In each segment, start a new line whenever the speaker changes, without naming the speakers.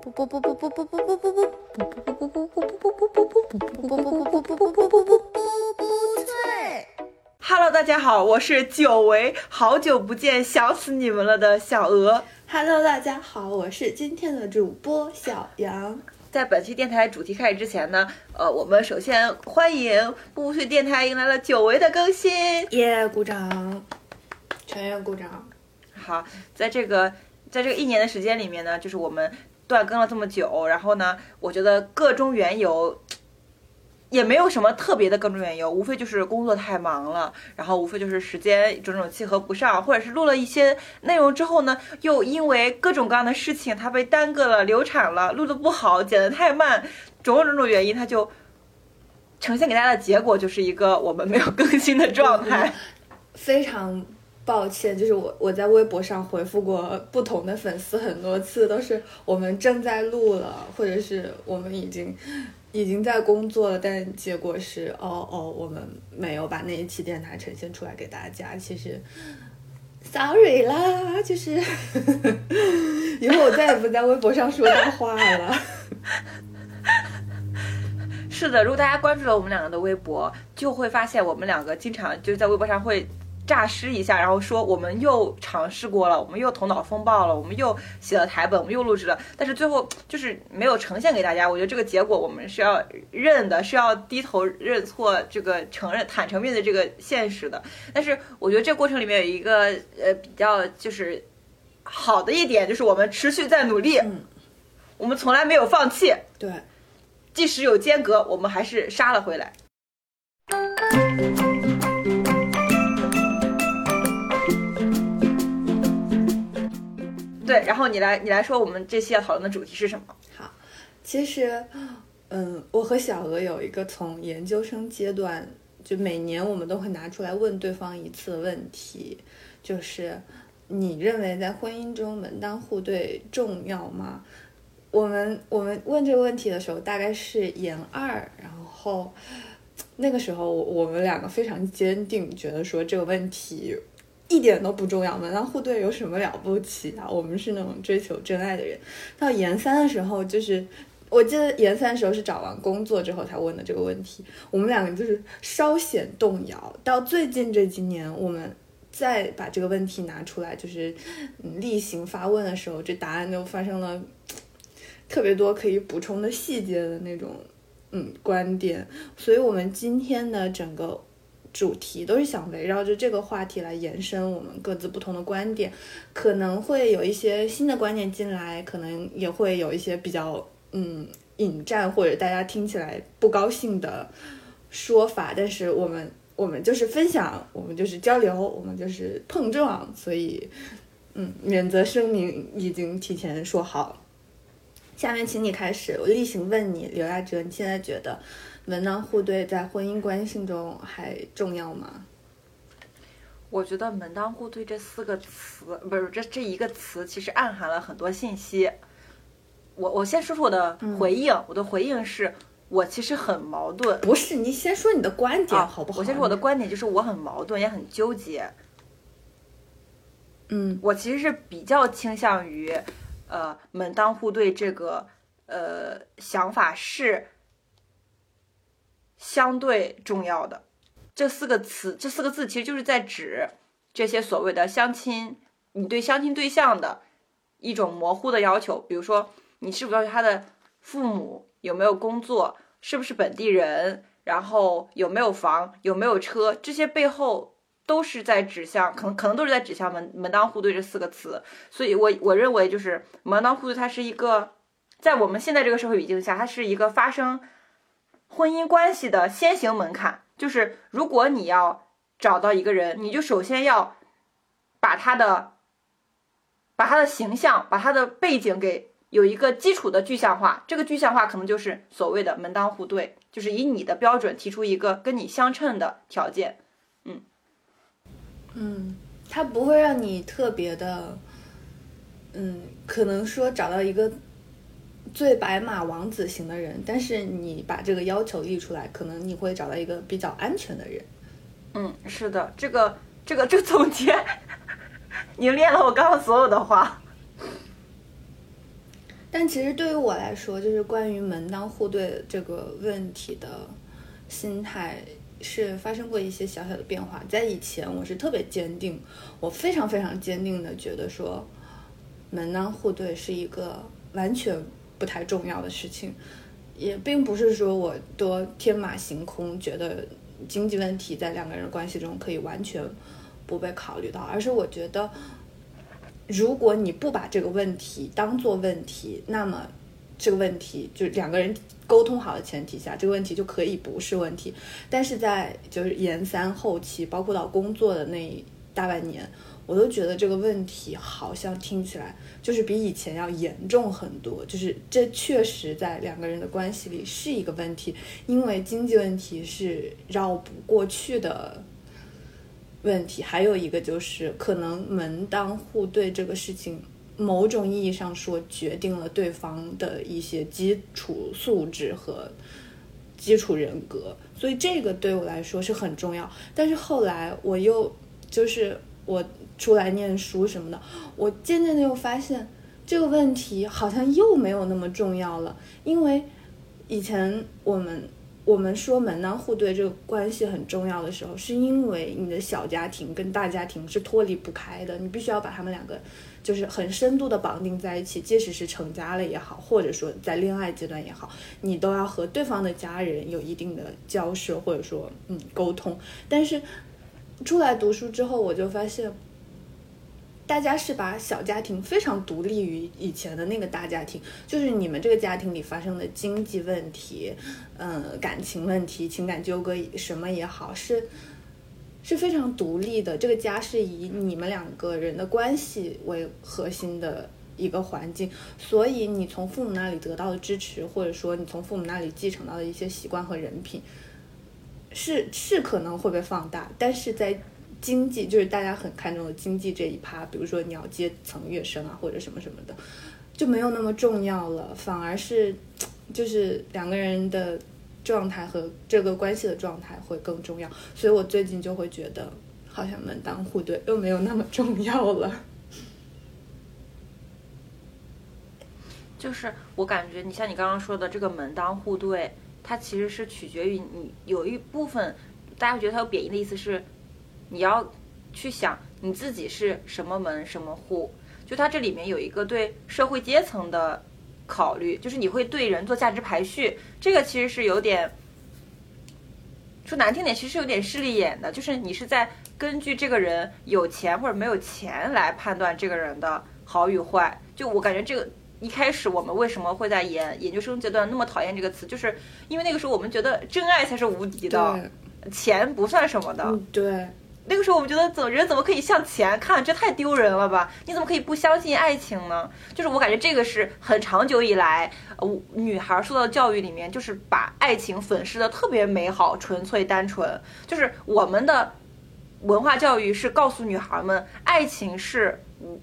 Hello， 大家好，我是久违好久不见想死你们了的小鹅。
Hello， 大家好，我是今天的主播小杨。
在本期电台主题开始之前呢，我们首先欢迎步步碎电台迎来了久违的更新，
耶！鼓掌，全员鼓掌。
好，在这个1年的时间里面呢，就是我们断更了这么久，然后呢，我觉得各中缘由也没有什么特别的各种缘由，无非就是工作太忙了，然后无非就是时间种种契合不上，或者是录了一些内容之后呢，又因为各种各样的事情它被耽搁了、流产了、录得不好、剪得太慢，种种原因，它就呈现给大家的结果就是一个我们没有更新的状态。
非常抱歉，就是我在微博上回复过不同的粉丝很多次，都是我们正在录了，或者是我们已经在工作了，但结果是我们没有把那一期电台呈现出来给大家。其实 sorry 啦，就是以后我再也不在微博上说大话了。
是的，如果大家关注了我们两个的微博，就会发现我们两个经常就是在微博上会诈尸一下，然后说我们又尝试过了，我们又头脑风暴了，我们又写了台本，我们又录制了，但是最后就是没有呈现给大家。我觉得这个结果我们是要认的，是要低头认错，这个承认坦诚面对这个现实的。但是我觉得这个过程里面有一个比较就是好的一点，就是我们持续在努力，我们从来没有放弃，
对，
即使有间隔，我们还是杀了回来。对，然后你来说我们这期要讨论的主题是什么？
好，其实我和小鹅有一个从研究生阶段，就每年我们都会拿出来问对方一次的问题，就是你认为在婚姻中门当户对重要吗？我们问这个问题的时候大概是研2，然后那个时候我们两个非常坚定，觉得说这个问题一点都不重要，门当户对有什么了不起啊？我们是那种追求真爱的人。到研3的时候，就是我记得研3的时候是找完工作之后才问的这个问题，我们两个就是稍显动摇。到最近这几年，我们再把这个问题拿出来，就是例行发问的时候，这答案就发生了特别多可以补充的细节的那种观点。所以我们今天的整个主题都是想围绕着这个话题来延伸我们各自不同的观点，可能会有一些新的观点进来，可能也会有一些比较引战或者大家听起来不高兴的说法，但是我们就是分享，我们就是交流，我们就是碰撞，所以免责声明已经提前说好。下面请你开始，我例行问你，刘亚哲，你现在觉得门当户对在婚姻关系中还重要吗？
我觉得门当户对这4个词，不是这一个词，其实暗含了很多信息。我先说说我的回应，我的回应是我其实很矛盾。
不是，你先说你的观点好不好？
我先说我的观点，就是我很矛盾，也很纠结。我其实是比较倾向于门当户对这个想法是相对重要的。这4个字其实就是在指这些所谓的相亲，你对相亲对象的一种模糊的要求，比如说你是不是要求他的父母有没有工作，是不是本地人，然后有没有房，有没有车，这些背后都是在指向，可能都是在指向门当户对这4个词。所以我认为就是门当户对，它是一个在我们现在这个社会语境下，它是一个发生婚姻关系的先行门槛。就是如果你要找到一个人，你就首先要把他的形象，把他的背景给有一个基础的具象化，这个具象化可能就是所谓的门当户对，就是以你的标准提出一个跟你相称的条件。
它不会让你特别的可能说找到一个最白马王子型的人，但是你把这个要求立出来，可能你会找到一个比较安全的人。
是的，这个总结凝练了我刚刚所有的话。
但其实对于我来说，就是关于门当户对这个问题的心态是发生过一些小小的变化。在以前我是特别坚定，我非常非常坚定的觉得说门当户对是一个完全不太重要的事情，也并不是说我多天马行空觉得经济问题在两个人关系中可以完全不被考虑到，而是我觉得如果你不把这个问题当作问题，那么这个问题就两个人沟通好的前提下，这个问题就可以不是问题。但是在就是研三后期，包括到工作的那大半年，我都觉得这个问题好像听起来就是比以前要严重很多，就是这确实在两个人的关系里是一个问题，因为经济问题是绕不过去的问题。还有一个就是可能门当户对这个事情某种意义上说决定了对方的一些基础素质和基础人格，所以这个对我来说是很重要。但是后来我又就是我出来念书什么的，我渐渐的又发现这个问题好像又没有那么重要了。因为以前我们说门当户对这个关系很重要的时候，是因为你的小家庭跟大家庭是脱离不开的，你必须要把他们两个就是很深度的绑定在一起，即使是成家了也好，或者说在恋爱阶段也好，你都要和对方的家人有一定的交涉或者说沟通。但是出来读书之后，我就发现大家是把小家庭非常独立于以前的那个大家庭，就是你们这个家庭里发生的经济问题感情问题、情感纠葛什么也好，是非常独立的。这个家是以你们两个人的关系为核心的一个环境，所以你从父母那里得到的支持，或者说你从父母那里继承到的一些习惯和人品是可能会被放大，但是在经济，就是大家很看重的经济这一趴，比如说你要阶层跃升啊或者什么什么的，就没有那么重要了，反而是就是两个人的状态和这个关系的状态会更重要。所以我最近就会觉得好像门当户对又没有那么重要了。
就是我感觉你像你刚刚说的这个门当户对，它其实是取决于你有一部分大家觉得它有贬义的意思是你要去想你自己是什么门什么户，就它这里面有一个对社会阶层的考虑，就是你会对人做价值排序，这个其实是有点说难听点，其实是有点势利眼的，就是你是在根据这个人有钱或者没有钱来判断这个人的好与坏。就我感觉这个一开始我们为什么会在研究生阶段那么讨厌这个词，就是因为那个时候我们觉得真爱才是无敌的，钱不算什么的。
对，
那个时候我们觉得人怎么可以向钱看，这太丢人了吧，你怎么可以不相信爱情呢？就是我感觉这个是很长久以来女孩受到的教育里面，就是把爱情粉饰的特别美好纯粹单纯，就是我们的文化教育是告诉女孩们爱情是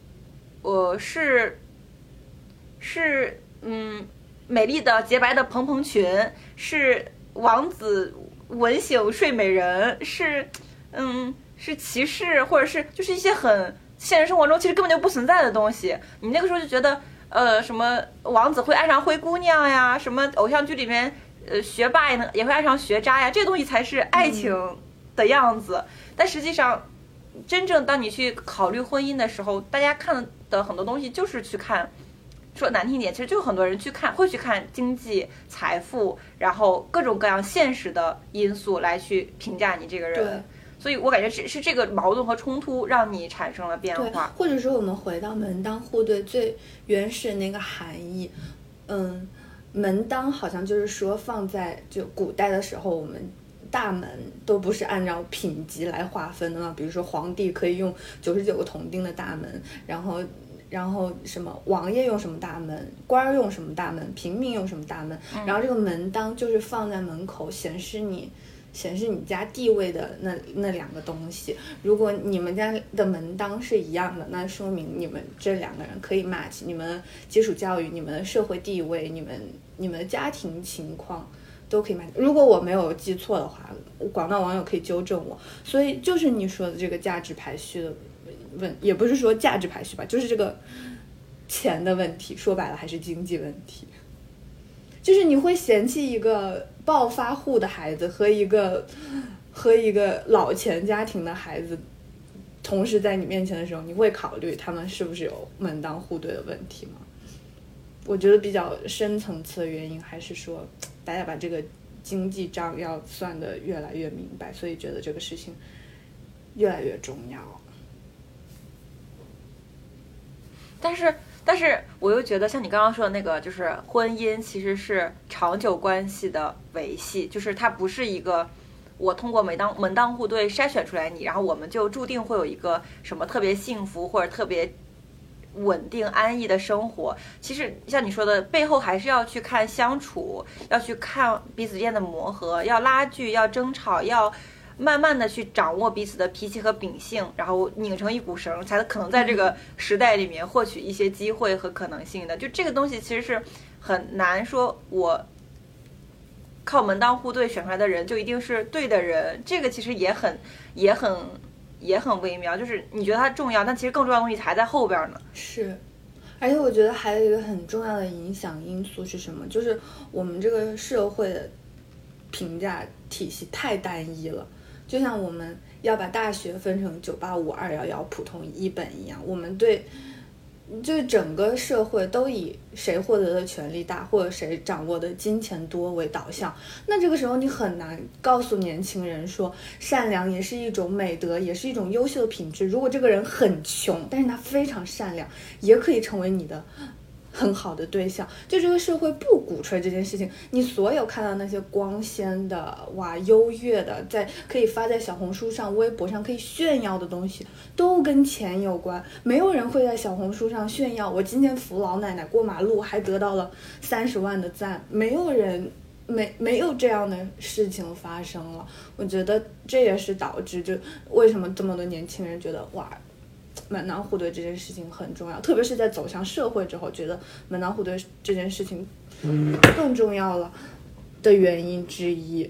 美丽的洁白的蓬蓬裙，是王子吻醒睡美人，是骑士，或者是就是一些很现实生活中其实根本就不存在的东西。你那个时候就觉得什么王子会爱上灰姑娘呀，什么偶像剧里面学霸也会爱上学渣呀，这些东西才是爱情的样子。但实际上真正当你去考虑婚姻的时候，大家看的很多东西就是去看，说难听点，其实就很多人会去看经济、财富，然后各种各样现实的因素来去评价你这个人。所以我感觉是这个矛盾和冲突让你产生了变化。
或者说我们回到门当户对最原始那个含义，门当好像就是说放在就古代的时候，我们大门都不是按照品级来划分的嘛，比如说皇帝可以用99个铜锭的大门，然后什么王爷用什么大门，官用什么大门，平民用什么大门，然后这个门当就是放在门口显示你家地位的那两个东西。如果你们家的门当是一样的，那说明你们这两个人可以 match， 你们基础教育、你们的社会地位、你们的家庭情况都可以 match。如果我没有记错的话，广大网友可以纠正我。所以就是你说的这个价值排序的也不是说价值排序吧，就是这个钱的问题，说白了还是经济问题。就是你会嫌弃一个暴发户的孩子和一个老钱家庭的孩子同时在你面前的时候，你会考虑他们是不是有门当户对的问题吗？我觉得比较深层次的原因还是说大家把这个经济账要算得越来越明白，所以觉得这个事情越来越重要。
但是我又觉得像你刚刚说的那个，就是婚姻其实是长久关系的维系，就是它不是一个我通过门当户对筛选出来你，然后我们就注定会有一个什么特别幸福或者特别稳定安逸的生活。其实像你说的，背后还是要去看相处，要去看彼此之间的磨合，要拉锯，要争吵，要慢慢的去掌握彼此的脾气和秉性，然后拧成一股绳，才可能在这个时代里面获取一些机会和可能性的。就这个东西其实是很难说我靠门当户对选出来的人就一定是对的人，这个其实也很微妙。就是你觉得它重要，但其实更重要的东西还在后边呢。
是，而且我觉得还有一个很重要的影响因素是什么？就是我们这个社会的评价体系太单一了。就像我们要把大学分成985、211、普通一本一样，我们对就是整个社会都以谁获得的权利大或者谁掌握的金钱多为导向。那这个时候你很难告诉年轻人说善良也是一种美德，也是一种优秀的品质。如果这个人很穷，但是他非常善良，也可以成为你的很好的对象。就这个社会不鼓吹这件事情，你所有看到那些光鲜的哇优越的，在可以发在小红书上微博上可以炫耀的东西都跟钱有关。没有人会在小红书上炫耀我今天扶老奶奶过马路还得到了30万的赞，没有人没有这样的事情发生了。我觉得这也是导致就为什么这么多年轻人觉得哇门当户对这件事情很重要，特别是在走向社会之后，觉得门当户对这件事情更重要了的原因之一。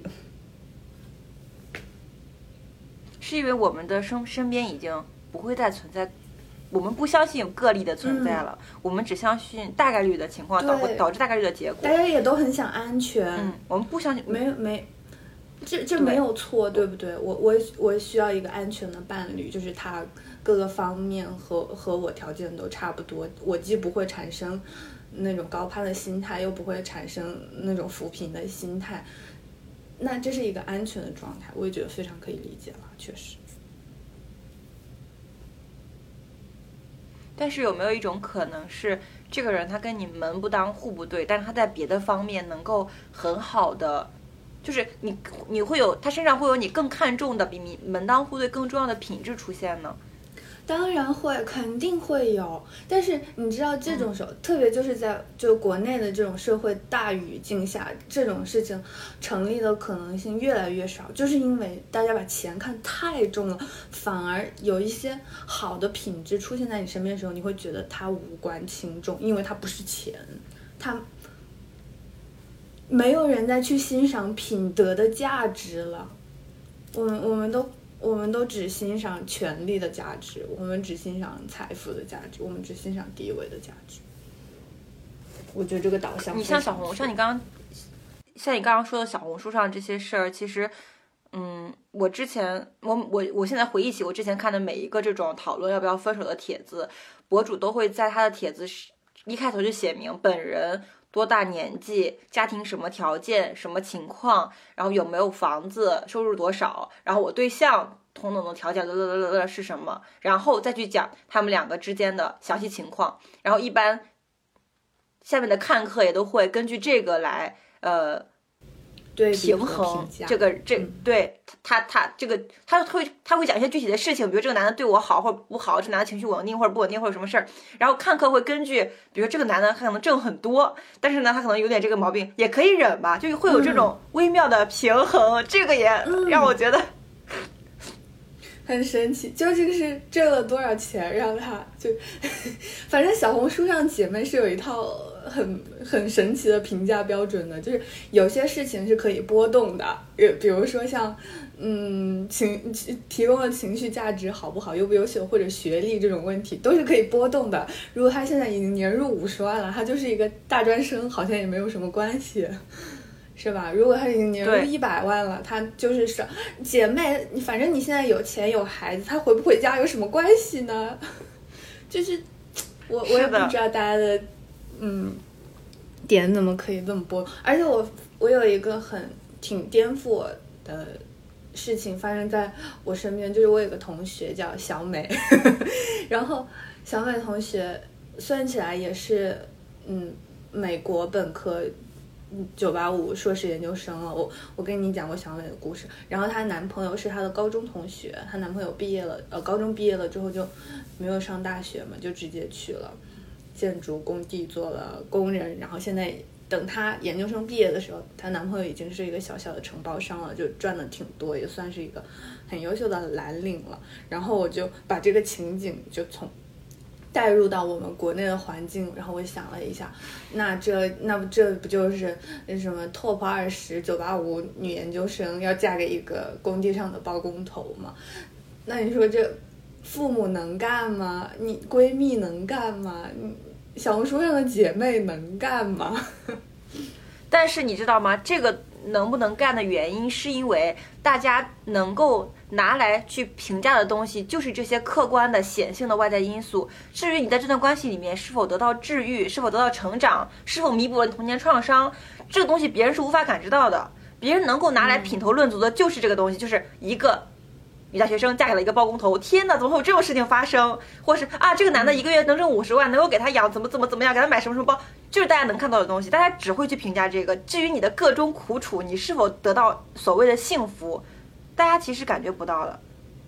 是因为我们的身边已经不会再存在，我们不相信有个例的存在了，我们只相信大概率的情况导致大概率的结果。
大家也都很想安全，
我们不相信，
这没有错，对不对？我需要一个安全的伴侣，就是他各个方面和我条件都差不多，我既不会产生那种高攀的心态，又不会产生那种扶贫的心态，那这是一个安全的状态，我也觉得非常可以理解了，确实。
但是有没有一种可能是，这个人他跟你门不当户不对，但是他在别的方面能够很好的，就是你会有他身上会有你更看重的比你门当户对更重要的品质出现呢？
当然会，肯定会有。但是你知道这种时候，特别就是在就国内的这种社会大语境下，这种事情成立的可能性越来越少，就是因为大家把钱看太重了，反而有一些好的品质出现在你身边的时候，你会觉得它无关轻重，因为它不是钱，它没有人再去欣赏品德的价值了。我们都只欣赏权力的价值，我们只欣赏财富的价值，我们只欣赏地位的价值。我觉得这个导向，
你像像你刚刚说的小红书上这些事儿，其实，我之前我现在回忆起我之前看的每一个这种讨论要不要分手的帖子，博主都会在他的帖子一开头就写明本人多大年纪，家庭什么条件，什么情况，然后有没有房子，收入多少，然后我对象同等的条件是什么，然后再去讲他们两个之间的详细情况，然后一般下面的看客也都会根据这个来
对
平衡这个对他会讲一些具体的事情，比如这个男的对我好或者不好，这男的情绪稳定或者不稳定或者什么事儿，然后看客会根据比如这个男的他可能挣很多，但是呢他可能有点这个毛病也可以忍吧，就会有这种微妙的平衡，这个也让我觉得
很神奇。就这个是挣了多少钱让他就反正小红书上姐妹是有一套很神奇的评价标准的，就是有些事情是可以波动的，比如说像提供的情绪价值好不好、优不优秀或者学历这种问题都是可以波动的。如果他现在已经年入50万了，他就是一个大专生，好像也没有什么关系，是吧？如果他已经年入100万了，他就是说姐妹，反正你现在有钱有孩子，他回不回家有什么关系呢？就是我也不知道大家的点怎么可以这么播。而且我有一个挺颠覆我的事情发生在我身边，就是我有个同学叫小美然后小美同学算起来也是美国本科985硕士研究生了。我跟你讲过小美的故事。然后她男朋友是她的高中同学，她男朋友高中毕业了之后就没有上大学嘛，就直接去了建筑工地做了工人。然后现在等她研究生毕业的时候，她男朋友已经是一个小小的承包商了，就赚的挺多，也算是一个很优秀的蓝领了。然后我就把这个情景就带入到我们国内的环境，然后我想了一下，那这不就是什么 top 20 985女研究生要嫁给一个工地上的包工头吗？那你说这父母能干吗？你闺蜜能干吗？你小红书上的姐妹能干吗？
但是你知道吗？这个能不能干的原因，是因为大家能够拿来去评价的东西，就是这些客观的显性的外在因素。至于你在这段关系里面是否得到治愈，是否得到成长，是否弥补了童年创伤，这个东西别人是无法感知到的。别人能够拿来品头论足的就是这个东西，就是一个女大学生嫁给了一个包工头，天哪，怎么会有这种事情发生？或是这个男的一个月能挣50万，能够给他养怎么样，给他买什么包，就是大家能看到的东西。大家只会去评价这个，至于你的个中苦楚，你是否得到所谓的幸福，大家其实感觉不到的。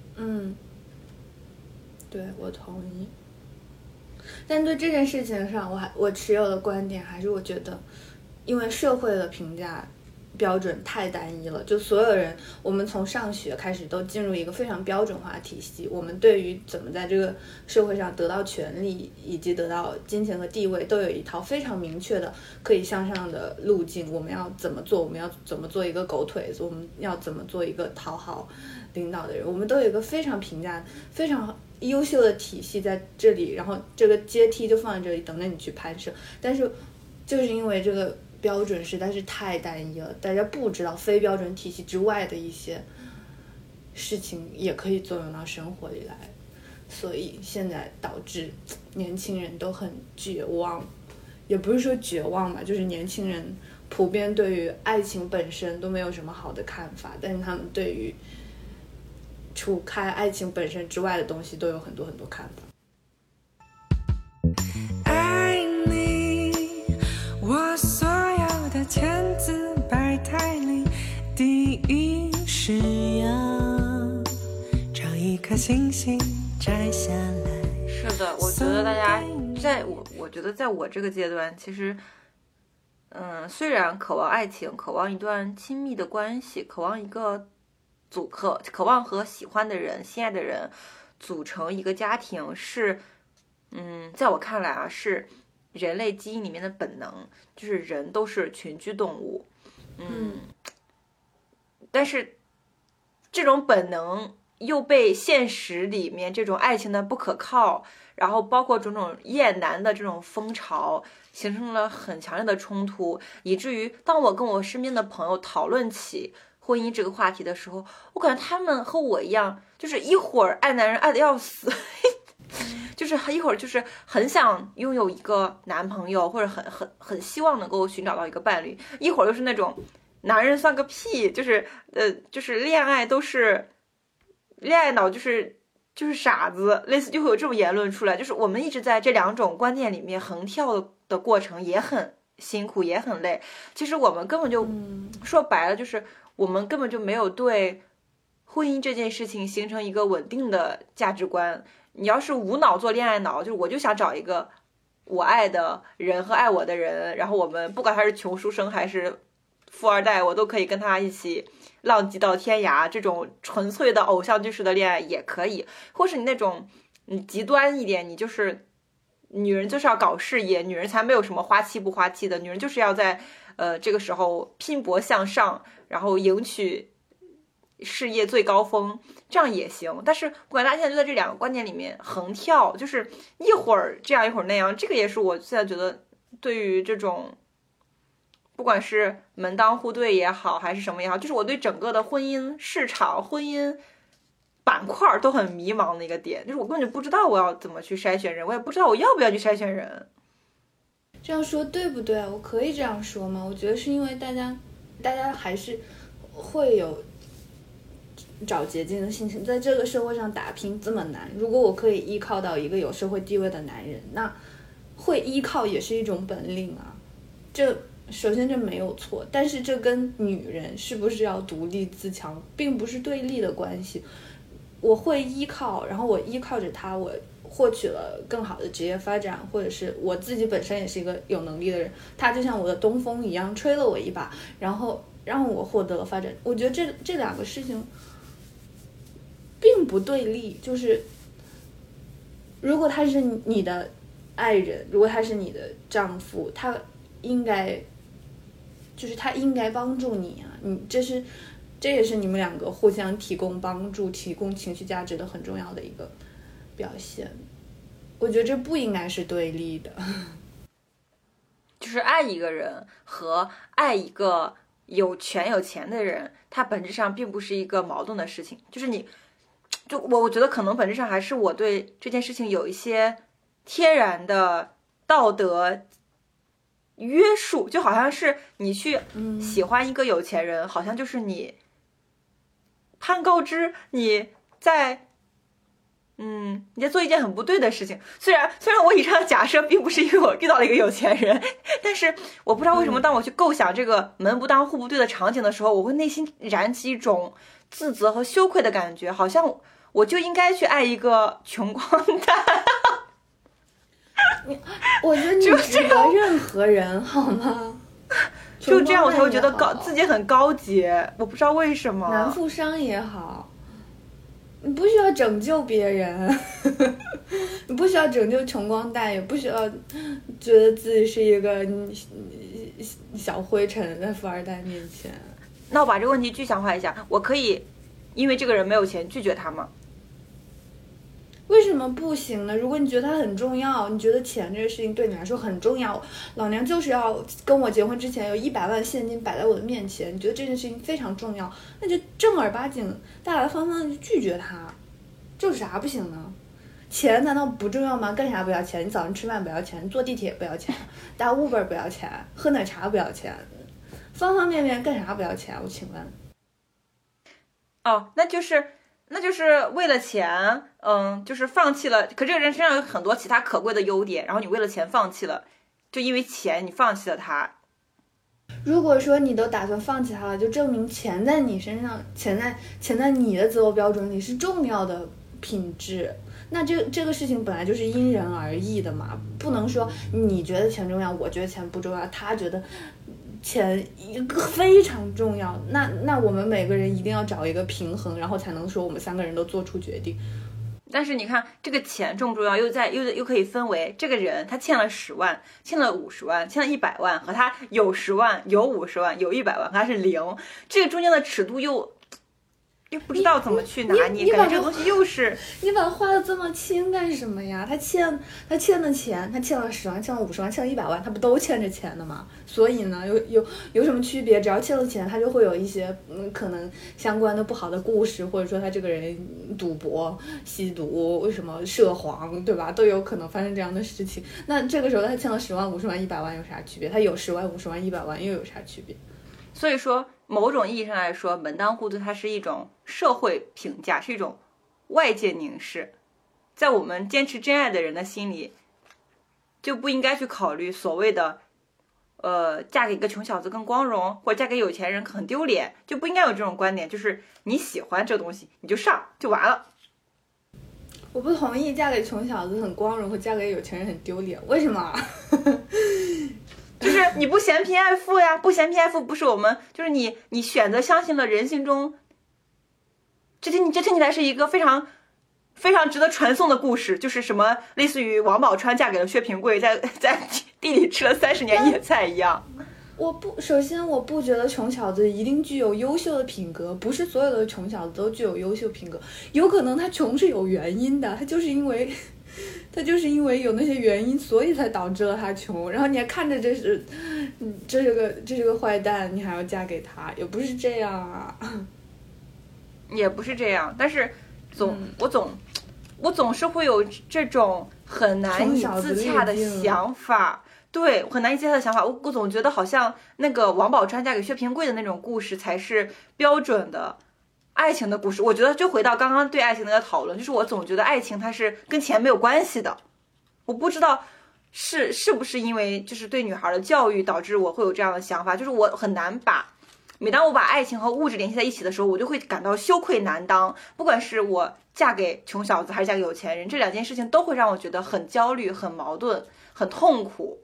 对，我同意。但对这件事情上，我持有的观点还是，我觉得因为社会的评价标准太单一了，就所有人，我们从上学开始都进入一个非常标准化的体系，我们对于怎么在这个社会上得到权利以及得到金钱和地位都有一套非常明确的可以向上的路径。我们要怎么做，我们要怎么做一个狗腿子，我们要怎么做一个讨好领导的人，我们都有一个非常评价非常优秀的体系在这里，然后这个阶梯就放在这里等着你去攀升。但是就是因为这个标准实在是太单一了，大家不知道非标准体系之外的一些事情也可以作用到生活里来，所以现在导致年轻人都很绝望。也不是说绝望吧，就是年轻人普遍对于爱情本身都没有什么好的看法，但是他们对于除开爱情本身之外的东西都有很多很多看法。
爱你，我所有的千姿百态里，第一是要找一颗星星摘下来。
是的，我觉得大家我觉得在我这个阶段，其实虽然渴望爱情，渴望一段亲密的关系，渴望一个渴望和喜欢的人、心爱的人组成一个家庭，是在我看来是人类基因里面的本能，就是人都是群居动物。但是这种本能又被现实里面这种爱情的不可靠，然后包括种种厌男的这种风潮，形成了很强烈的冲突，以至于当我跟我身边的朋友讨论起婚姻这个话题的时候，我感觉他们和我一样，就是一会儿爱男人爱得要死就是一会儿就是很想拥有一个男朋友，或者很希望能够寻找到一个伴侣，一会儿又是那种男人算个屁，就是恋爱脑，就是傻子，类似就会有这种言论出来。就是我们一直在这两种观念里面横跳的过程，也很辛苦，也很累。其实我们根本就说白了，就是我们根本就没有对婚姻这件事情形成一个稳定的价值观。你要是无脑做恋爱脑，就是我就想找一个我爱的人和爱我的人，然后我们不管他是穷书生还是富二代，我都可以跟他一起浪迹到天涯，这种纯粹的偶像剧式的恋爱也可以。或是你那种极端一点，你就是女人就是要搞事业，女人才没有什么花期不花期的，女人就是要在这个时候拼搏向上，然后迎取事业最高峰，这样也行。但是我感觉大家现在就在这两个观点里面横跳，就是一会儿这样一会儿那样。这个也是我现在觉得对于这种不管是门当户对也好还是什么也好，就是我对整个的婚姻市场婚姻板块都很迷茫的一个点，就是我根本就不知道我要怎么去筛选人，我也不知道我要不要去筛选人。
这样说对不对？我可以这样说吗？我觉得是因为大家还是会有找捷径的心情，在这个社会上打拼这么难，如果我可以依靠到一个有社会地位的男人，那会依靠也是一种本领啊。这首先这没有错，但是这跟女人是不是要独立自强并不是对立的关系。我会依靠，然后我依靠着他，我获取了更好的职业发展，或者是我自己本身也是一个有能力的人，他就像我的东风一样吹了我一把，然后让我获得了发展。我觉得这两个事情并不对立，就是如果他是你的爱人，如果他是你的丈夫，他应该帮助你啊，这也是你们两个互相提供帮助、提供情绪价值的很重要的一个表现。我觉得这不应该是对立的。
就是爱一个人和爱一个有权有钱的人，它本质上并不是一个矛盾的事情。就是我觉得可能本质上还是我对这件事情有一些天然的道德约束，就好像是你去喜欢一个有钱人，好像就是你攀高枝，你在做一件很不对的事情。虽然我以上的假设并不是因为我遇到了一个有钱人，但是我不知道为什么当我去构想这个门不当户不对的场景的时候，我会内心燃起一种自责和羞愧的感觉，好像我就应该去爱一个穷光蛋。
我觉得你值得任何人好吗？
就这样我才会觉得自己很高级，我不知道为什么。
男富商也好，你不需要拯救别人，你不需要拯救穷光蛋，也不需要觉得自己是一个小灰尘在富二代面前。
那我把这个问题具象化一下，我可以因为这个人没有钱拒绝他吗？
为什么不行呢？如果你觉得它很重要，你觉得钱这个事情对你来说很重要，老娘就是要跟我结婚之前有100万现金摆在我的面前，你觉得这件事情非常重要，那就正儿八经大大方方的拒绝他，这有啥不行呢？钱难道不重要吗？干啥不要钱？你早上吃饭不要钱，坐地铁不要钱，打 Uber 不要钱，喝奶茶不要钱，方方面面干啥不要钱？我请问。
哦，那就是为了钱，就是放弃了。可这个人身上有很多其他可贵的优点，然后你为了钱放弃了，就因为钱你放弃了他。
如果说你都打算放弃他了，就证明钱在你身上，钱在你的择偶标准里是重要的品质。那这个事情本来就是因人而异的嘛，不能说你觉得钱重要，我觉得钱不重要，他觉得钱非常重要，那我们每个人一定要找一个平衡，然后才能说我们3个人都做出决定。
但是你看这个钱重不重要，又可以分为这个人他欠了10万，欠了50万，欠了100万，和他有10万有50万有100万和他是0，这个中间的尺度又不知道怎么去拿捏，感觉这个东西又是
你把它画的这么清干什么呀？他欠的钱，他欠了10万，欠了50万，欠了100万，他不都欠着钱的吗？所以呢，有什么区别？只要欠了钱，他就会有一些可能相关的不好的故事，或者说他这个人赌博、吸毒、什么涉黄，对吧？都有可能发生这样的事情。那这个时候他欠了10万、50万、100万有啥区别？他有10万、50万、100万又有啥区别？
所以说，某种意义上来说，门当户对它是一种社会评价，是一种外界凝视。在我们坚持真爱的人的心里，就不应该去考虑所谓的嫁给一个穷小子更光荣，或者嫁给有钱人很丢脸，就不应该有这种观点。就是你喜欢这东西，你就上就完了。
我不同意嫁给穷小子很光荣和嫁给有钱人很丢脸，为什么？
就是你不嫌贫爱富呀，不嫌贫爱富不是我们，就是你选择相信了人性中，这听起来是一个非常非常值得传颂的故事，就是什么类似于王宝钏嫁给了薛平贵，在地里吃了30年野菜一样。
首先我不觉得穷小子一定具有优秀的品格，不是所有的穷小子都具有优秀品格，有可能他穷是有原因的，他就是因为有那些原因，所以才导致了他穷。然后你还看着这是个坏蛋，你还要嫁给他，也不是这样啊。
也不是这样，但是我总是会有这种很难以自洽的想法。对，很难以自洽的想法。我总觉得好像那个王宝钏嫁给薛平贵的那种故事才是标准的爱情的故事。我觉得就回到刚刚对爱情的那个讨论，就是我总觉得爱情它是跟钱没有关系的。我不知道是不是因为就是对女孩的教育导致我会有这样的想法，就是我很难每当我把爱情和物质联系在一起的时候，我就会感到羞愧难当。不管是我嫁给穷小子还是嫁给有钱人，这2件事情都会让我觉得很焦虑、很矛盾、很痛苦。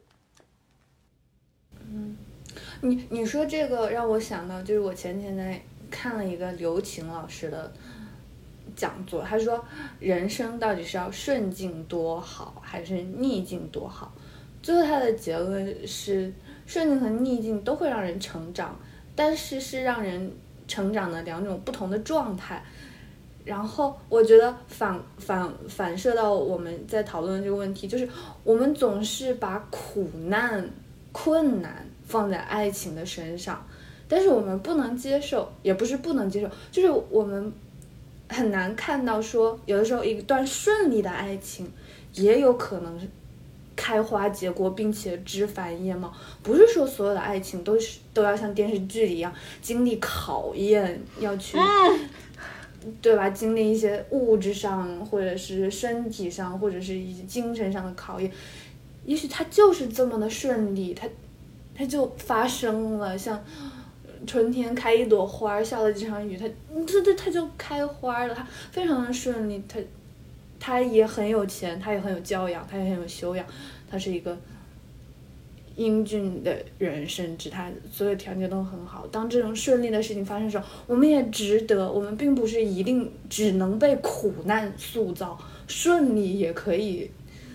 你说这个让我想到，就是我前天在看了一个刘擎老师的讲座，他说人生到底是要顺境多好还是逆境多好，最后他的结论是顺境和逆境都会让人成长，但是是让人成长的2种不同的状态。然后我觉得反射到我们在讨论的这个问题，就是我们总是把苦难困难放在爱情的身上，但是我们不能接受，也不是不能接受，就是我们很难看到说有的时候一段顺利的爱情也有可能开花结果并且枝繁叶茂，不是说所有的爱情都要像电视剧里一样经历考验，要去对吧，经历一些物质上或者是身体上或者是一些精神上的考验，也许它就是这么的顺利，它就发生了，像春天开一朵花，下了几场雨，它就开花了，它非常的顺利，他也很有钱，他也很有教养，他也很有修养，他是一个英俊的人，甚至他所有条件都很好。当这种顺利的事情发生的时候，我们也值得，我们并不是一定只能被苦难塑造，顺利也可以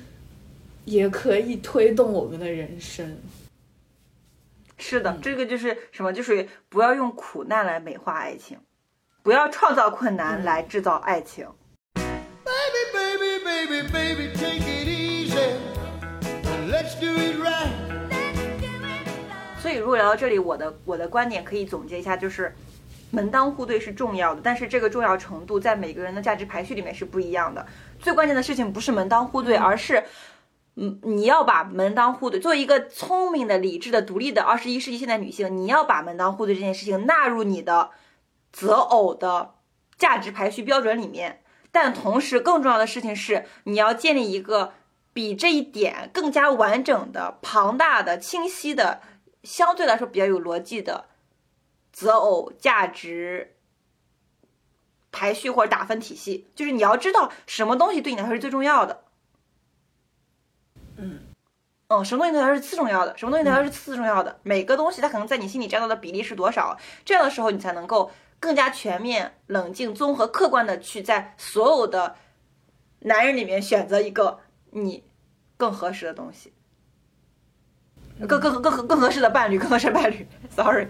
推动我们的人生。
是的，这个就是什么，就是不要用苦难来美化爱情，不要创造困难来制造爱情。
Baby, take it easy. Let's do it right.
所以如果聊到这里，我的观点可以总结一下，就是门当户对是重要的，但是这个重要程度在每个人的价值排序里面是不一样的。最关键的事情不是门当户对，而是你要把门当户对，作为一个聪明的、理智的、独立的21世纪现代女性，你要把门当户对这件事情纳入你的择偶的价值排序标准里面。但同时更重要的事情是，你要建立一个比这一点更加完整的、庞大的、清晰的、相对来说比较有逻辑的择偶价值排序或者打分体系。就是你要知道什么东西对你来说是最重要的，什么东西对你来说是次重要的，什么东西对你来说是次重要的，每个东西它可能在你心里占到的比例是多少，这样的时候你才能够更加全面、冷静、综合、客观的去在所有的男人里面选择一个你更合适的东西，更合适的伴侣，更合适的伴侣。Sorry。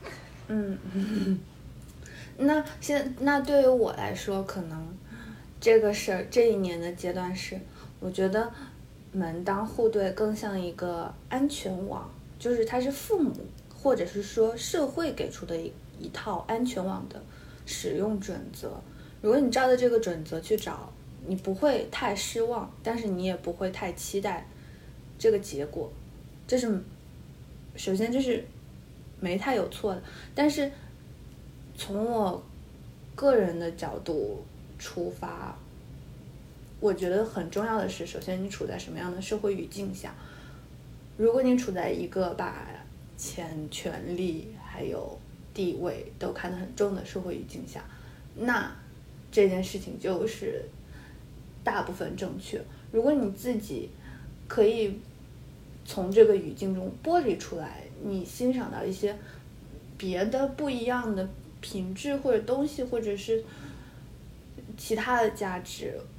那对于我来说，可能这个事儿这一年的阶段是，我觉得门当户对更像一个安全网，就是它是父母或者是说社会给出的一套安全网的使用准则。如果你照着这个准则去找，你不会太失望，但是你也不会太期待这个结果。这是首先这是没太有错的，但是从我个人的角度出发，我觉得很重要的是，首先你处在什么样的社会语境下。如果你处在一个把钱、权力还有地位都看得很重的社会语境下，那这件事情就是大部分正确。如果你自己可以从这个语境中剥离出来，你欣赏到一些别的不一样的品质或者东西，或者是其他的价值，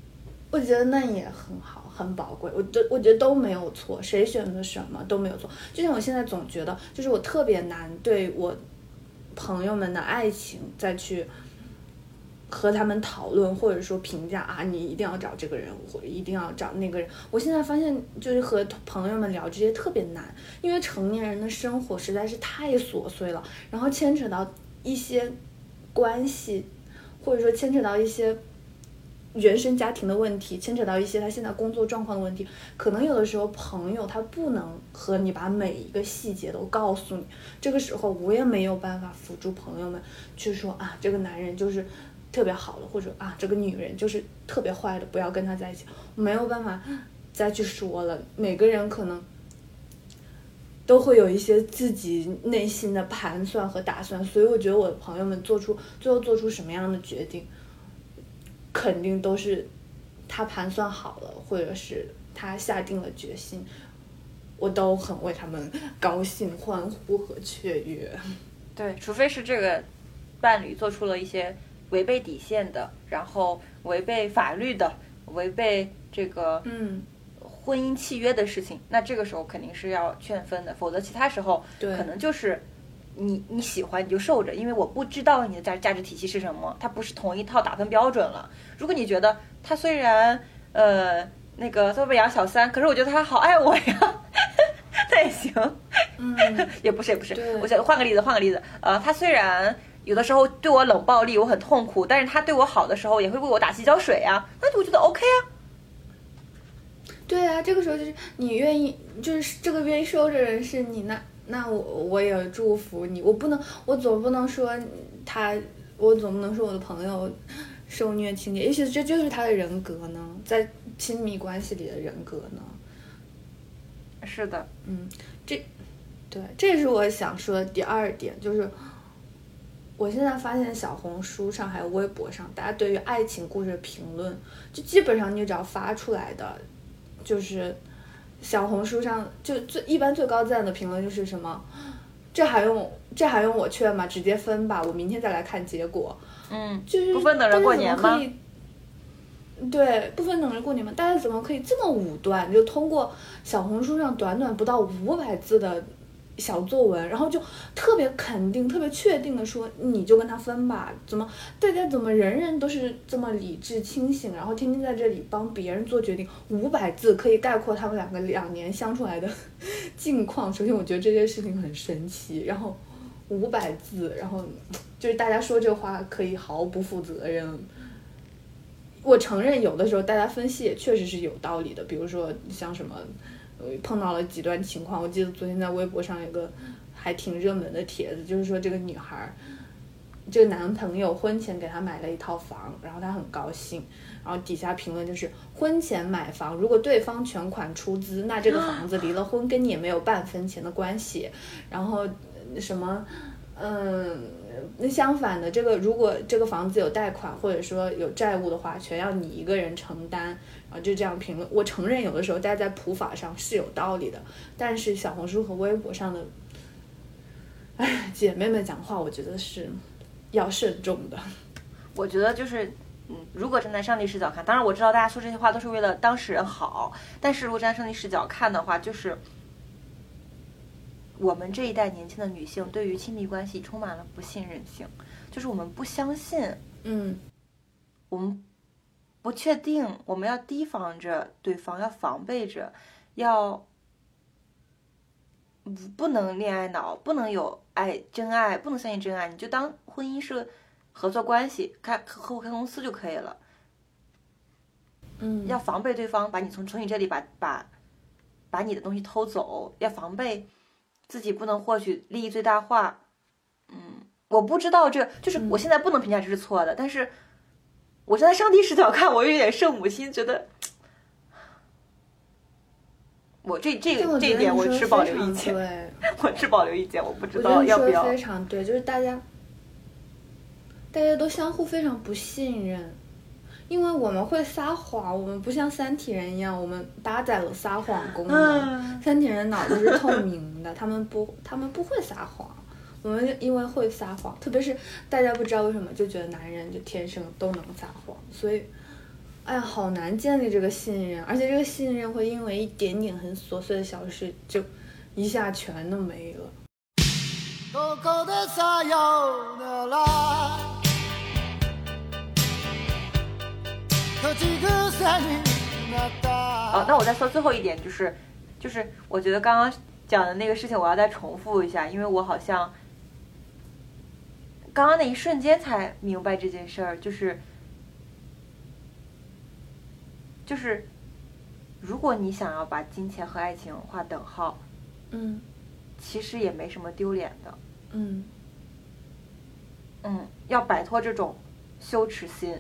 我觉得那也很好，很宝贵。我觉得都没有错，谁选择什么都没有错。就像我现在总觉得，就是我特别难对我朋友们的爱情再去和他们讨论，或者说评价啊，你一定要找这个人，或者一定要找那个人。我现在发现，就是和朋友们聊这些特别难，因为成年人的生活实在是太琐碎了，然后牵扯到一些关系，或者说牵扯到一些原生家庭的问题，牵扯到一些他现在工作状况的问题，可能有的时候朋友他不能和你把每一个细节都告诉你，这个时候我也没有办法辅助朋友们去说啊，这个男人就是特别好的，或者啊，这个女人就是特别坏的，不要跟他在一起，我没有办法再去说了。每个人可能都会有一些自己内心的盘算和打算，所以我觉得我的朋友们最后做出什么样的决定，肯定都是他盘算好了，或者是他下定了决心，我都很为他们高兴、欢呼和雀跃。
对，除非是这个伴侣做出了一些违背底线的，然后违背法律的，违背这个婚姻契约的事情，那这个时候肯定是要劝分的，否则其他时候可能就是你喜欢你就受着，因为我不知道你的价值体系是什么，它不是同一套打分标准了。如果你觉得他虽然那个在外面养小三，可是我觉得他好爱我呀，那也行。也不是，我想换个例子，他虽然有的时候对我冷暴力，我很痛苦，但是他对我好的时候也会为我打洗脚水啊，那我觉得 OK 啊。
对啊，这个时候就是你愿意，就是这个愿意收着人是你，那我也祝福你。我总不能说我总不能说我的朋友受虐情节，也许这就是他的人格呢，在亲密关系里的人格呢。
是的，
这也是我想说的第二点，就是我现在发现小红书上还有微博上，大家对于爱情故事的评论，就基本上你只要发出来的，就是小红书上就一般最高赞的评论就是什么，这还用我劝吗？直接分吧，我明天再来看结果。就是
不分等人过年吗？
对，不分等人过年吗？大家怎么可以这么武断？就通过小红书上短短不到500字的小作文，然后就特别肯定、特别确定的说，你就跟他分吧。大家怎么人人都是这么理智清醒，然后天天在这里帮别人做决定？500字可以概括他们两个2年相处来的境况。首先，我觉得这件事情很神奇。然后500字，然后就是大家说这话可以毫不负责任。我承认有的时候大家分析也确实是有道理的，比如说像什么碰到了极端情况，我记得昨天在微博上有个还挺热门的帖子，就是说这个女孩，这个男朋友婚前给她买了一套房，然后她很高兴，然后底下评论就是婚前买房，如果对方全款出资，那这个房子离了婚跟你也没有半分钱的关系。然后什么那相反的，如果这个房子有贷款或者说有债务的话，全要你一个人承担。然后就这样评论。我承认有的时候大家在普法上是有道理的，但是小红书和微博上的姐妹们讲话，我觉得是要慎重的。
我觉得就是如果站在上帝视角看，当然我知道大家说这些话都是为了当事人好，但是如果站在上帝视角看的话，就是我们这一代年轻的女性对于亲密关系充满了不信任性，就是我们不相信，我们不确定，我们要提防着对方，要防备着，不能恋爱脑，不能有真爱，不能相信真爱，你就当婚姻是合作关系，合伙开公司就可以了。要防备对方把你从你这里把你的东西偷走，要防备自己不能获取利益最大化。我不知道就是我现在不能评价这是错的，但是我站在上帝视角看，我有点圣母心，觉得我这一点我持保留意见。我持保留意见，我不知道要不要。
我觉得你说的非常对，就是大家都相互非常不信任，因为我们会撒谎，我们不像三体人一样，我们搭载了撒谎功能。三体人脑子是透明的，他们不会撒谎。我们因为会撒谎，特别是大家不知道为什么就觉得男人就天生都能撒谎，所以哎呀，好难建立这个信任，而且这个信任会因为一点点很琐碎的小事就一下全都没了。
那我再说最后一点，就是我觉得刚刚讲的那个事情，我要再重复一下，因为我好像刚刚那一瞬间才明白这件事儿，就是如果你想要把金钱和爱情划等号，其实也没什么丢脸的，要摆脱这种羞耻心，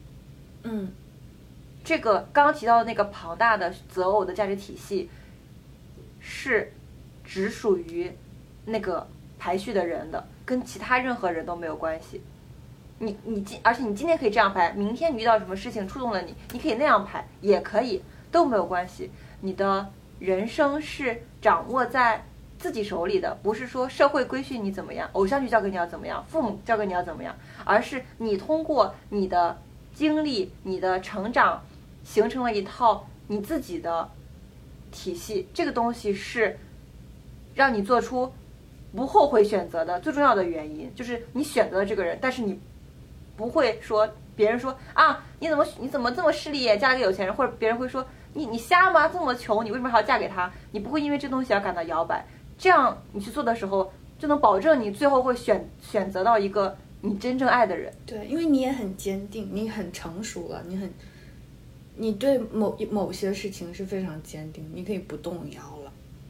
这个刚刚提到的那个庞大的择偶的价值体系，是只属于那个排序的人的，跟其他任何人都没有关系。而且你今天可以这样排，明天你遇到什么事情触动了你，你可以那样排，也可以，都没有关系。你的人生是掌握在自己手里的，不是说社会规训你怎么样，偶像剧教给你要怎么样，父母教给你要怎么样，而是你通过你的经历、你的成长，形成了一套你自己的体系。这个东西是让你做出不后悔选择的最重要的原因，就是你选择了这个人，但是你不会说别人说啊，你怎么这么势利，嫁给有钱人，或者别人会说你瞎吗？这么穷，你为什么还要嫁给他？你不会因为这东西而感到摇摆。这样你去做的时候，就能保证你最后会选择到一个你真正爱的人。
对，因为你也很坚定，你很成熟了，你对某些事情是非常坚定，你可以不动摇了。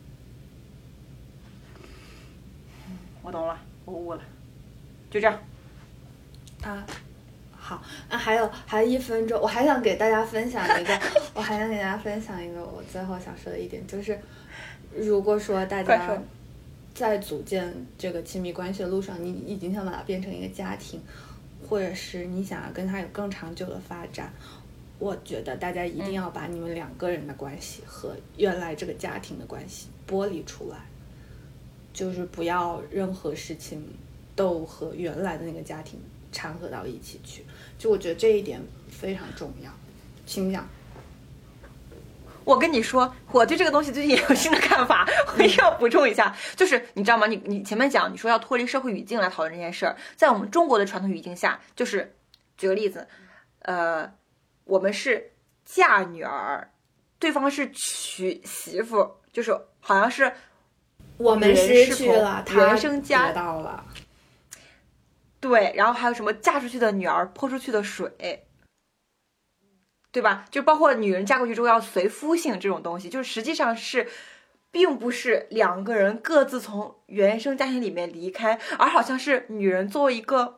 我懂了，我悟了，就这样。
好，还有1分钟，我还想给大家分享一个，我最后想说的一点就是，如果说大家在组建这个亲密关系的路上，你已经想把它变成一个家庭，或者是你想要跟他有更长久的发展，我觉得大家一定要把你们2个人的关系和原来这个家庭的关系剥离出来，就是不要任何事情都和原来的那个家庭掺和到一起去，就我觉得这一点非常重要。请讲。
我跟你说，我对这个东西最近也有新的看法，我一定要补充一下，就是你知道吗？你前面讲你说要脱离社会语境来讨论这件事儿，在我们中国的传统语境下，就是举个例子，我们是嫁女儿，对方是娶媳妇，就是好像是
我们失去了，他
原生家
得到了。
对，然后还有什么嫁出去的女儿泼出去的水，对吧？就包括女人嫁过去之后要随夫姓这种东西，就是实际上是并不是2个人各自从原生家庭里面离开，而好像是女人作为一个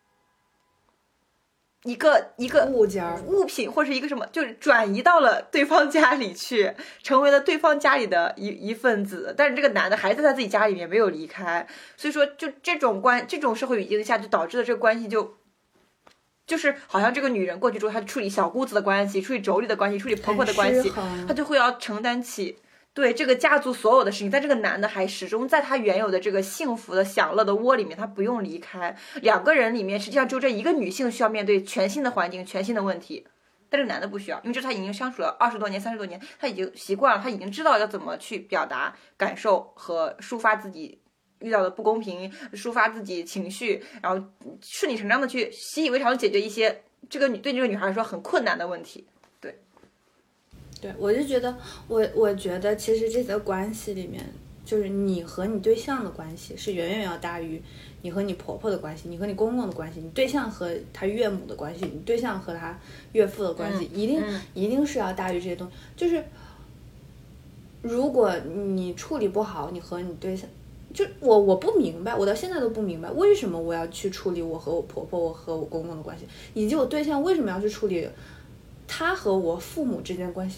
物件
物品，或是一个什么，就是转移到了对方家里去，成为了对方家里的一份子，但是这个男的还在他自己家里面没有离开，所以说就这种社会语境下，就导致了这个关系就是好像这个女人过去之后，她处理小姑子的关系，处理妯娌的关系，处理婆婆的关系，她就会要承担起对这个家族所有的事情，但这个男的还始终在他原有的这个幸福的享乐的窝里面，他不用离开。2个人里面实际上就这一个女性需要面对全新的环境、全新的问题，但这个男的不需要，因为这他已经相处了20多年、30多年，他已经习惯了，他已经知道要怎么去表达感受和抒发自己遇到的不公平，抒发自己情绪，然后顺理成章的去习以为常的解决一些对这个女孩来说很困难的问题。
对，我就觉得我觉得其实这个关系里面，就是你和你对象的关系是远远要大于你和你婆婆的关系，你和你公公的关系，你对象和他岳母的关系，你对象和他岳父的关系，一定是要大于这些东西。就是如果你处理不好你和你对象，就我不明白，我到现在都不明白为什么我要去处理我和我婆婆、我和我公公的关系，以及我对象为什么要去处理他和我父母之间的关系。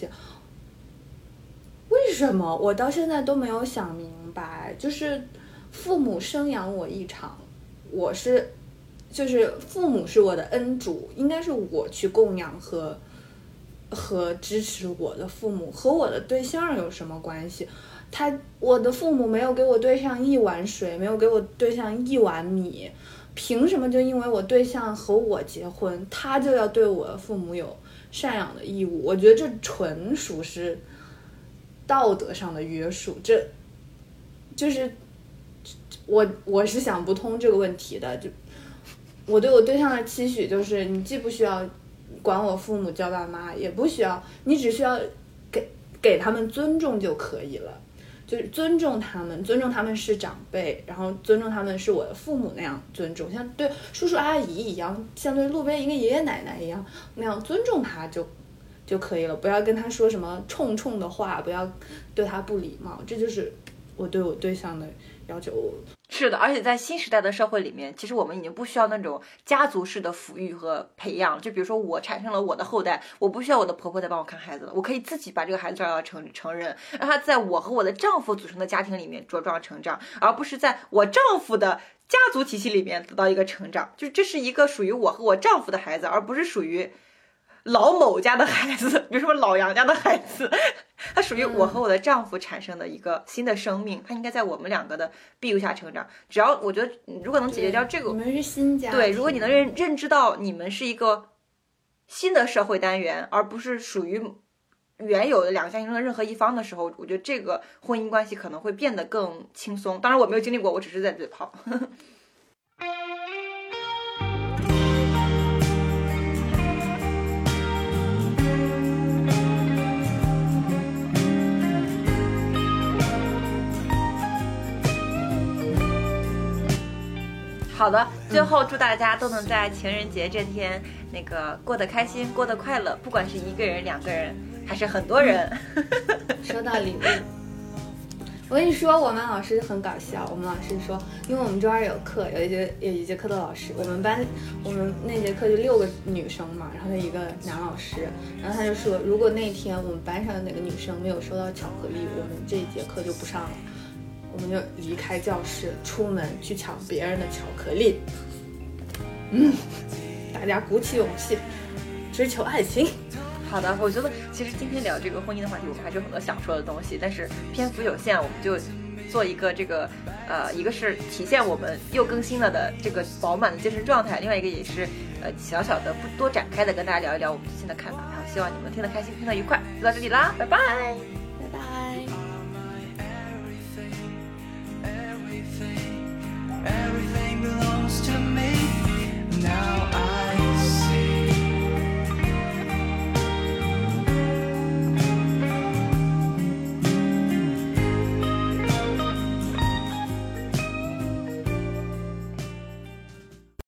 为什么我到现在都没有想明白？就是父母生养我一场，就是父母是我的恩主，应该是我去供养和支持我的父母，和我的对象有什么关系？我的父母没有给我对象1碗水，没有给我对象1碗米，凭什么就因为我对象和我结婚，他就要对我的父母有赡养的义务。我觉得这纯属是道德上的约束，这就是我是想不通这个问题的。就我对我对象的期许就是，你既不需要管我父母叫爸妈，也不需要，你只需要给他们尊重就可以了。就是尊重他们，尊重他们是长辈，然后尊重他们是我的父母那样尊重，像对叔叔阿姨一样，像对路边一个爷爷奶奶一样那样尊重他就可以了，不要跟他说什么冲冲的话，不要对他不礼貌，这就是我对我对象的要求。
是的，而且在新时代的社会里面，其实我们已经不需要那种家族式的抚育和培养。就比如说我产生了我的后代，我不需要我的婆婆再帮我看孩子了，我可以自己把这个孩子照料成人，让他在我和我的丈夫组成的家庭里面茁壮成长，而不是在我丈夫的家族体系里面得到一个成长。就这是一个属于我和我丈夫的孩子，而不是属于老某家的孩子，比如说老杨家的孩子，它属于我和我的丈夫产生的一个新的生命，它应该在我们两个的庇佑下成长。只要我觉得，如果能解决掉这个，
你们是新家庭，
对，如果你能认知到你们是一个新的社会单元，而不是属于原有的两个家庭中的任何一方的时候，我觉得这个婚姻关系可能会变得更轻松。当然我没有经历过，我只是在嘴炮。好的，最后祝大家都能在情人节这天那个过得开心，过得快乐，不管是一个人、两个人，还是很多人。
收到礼物。我跟你说，我们老师很搞笑。我们老师说，因为我们周二有课，有一节课的老师，我们那节课就6个女生嘛，然后一个男老师，然后他就说，如果那天我们班上的哪个女生没有收到巧克力，我们这一节课就不上了。我们就离开教室，出门去抢别人的巧克力。大家鼓起勇气，追求爱情。
好的，我觉得其实今天聊这个婚姻的话题，我们还是有很多想说的东西，但是篇幅有限，我们就做一个这个一个是体现我们又更新了的这个饱满的精神状态，另外一个也是小小的不多展开的跟大家聊一聊我们最近的看法。好，希望你们听得开心，听得愉快，就到这里啦，拜拜。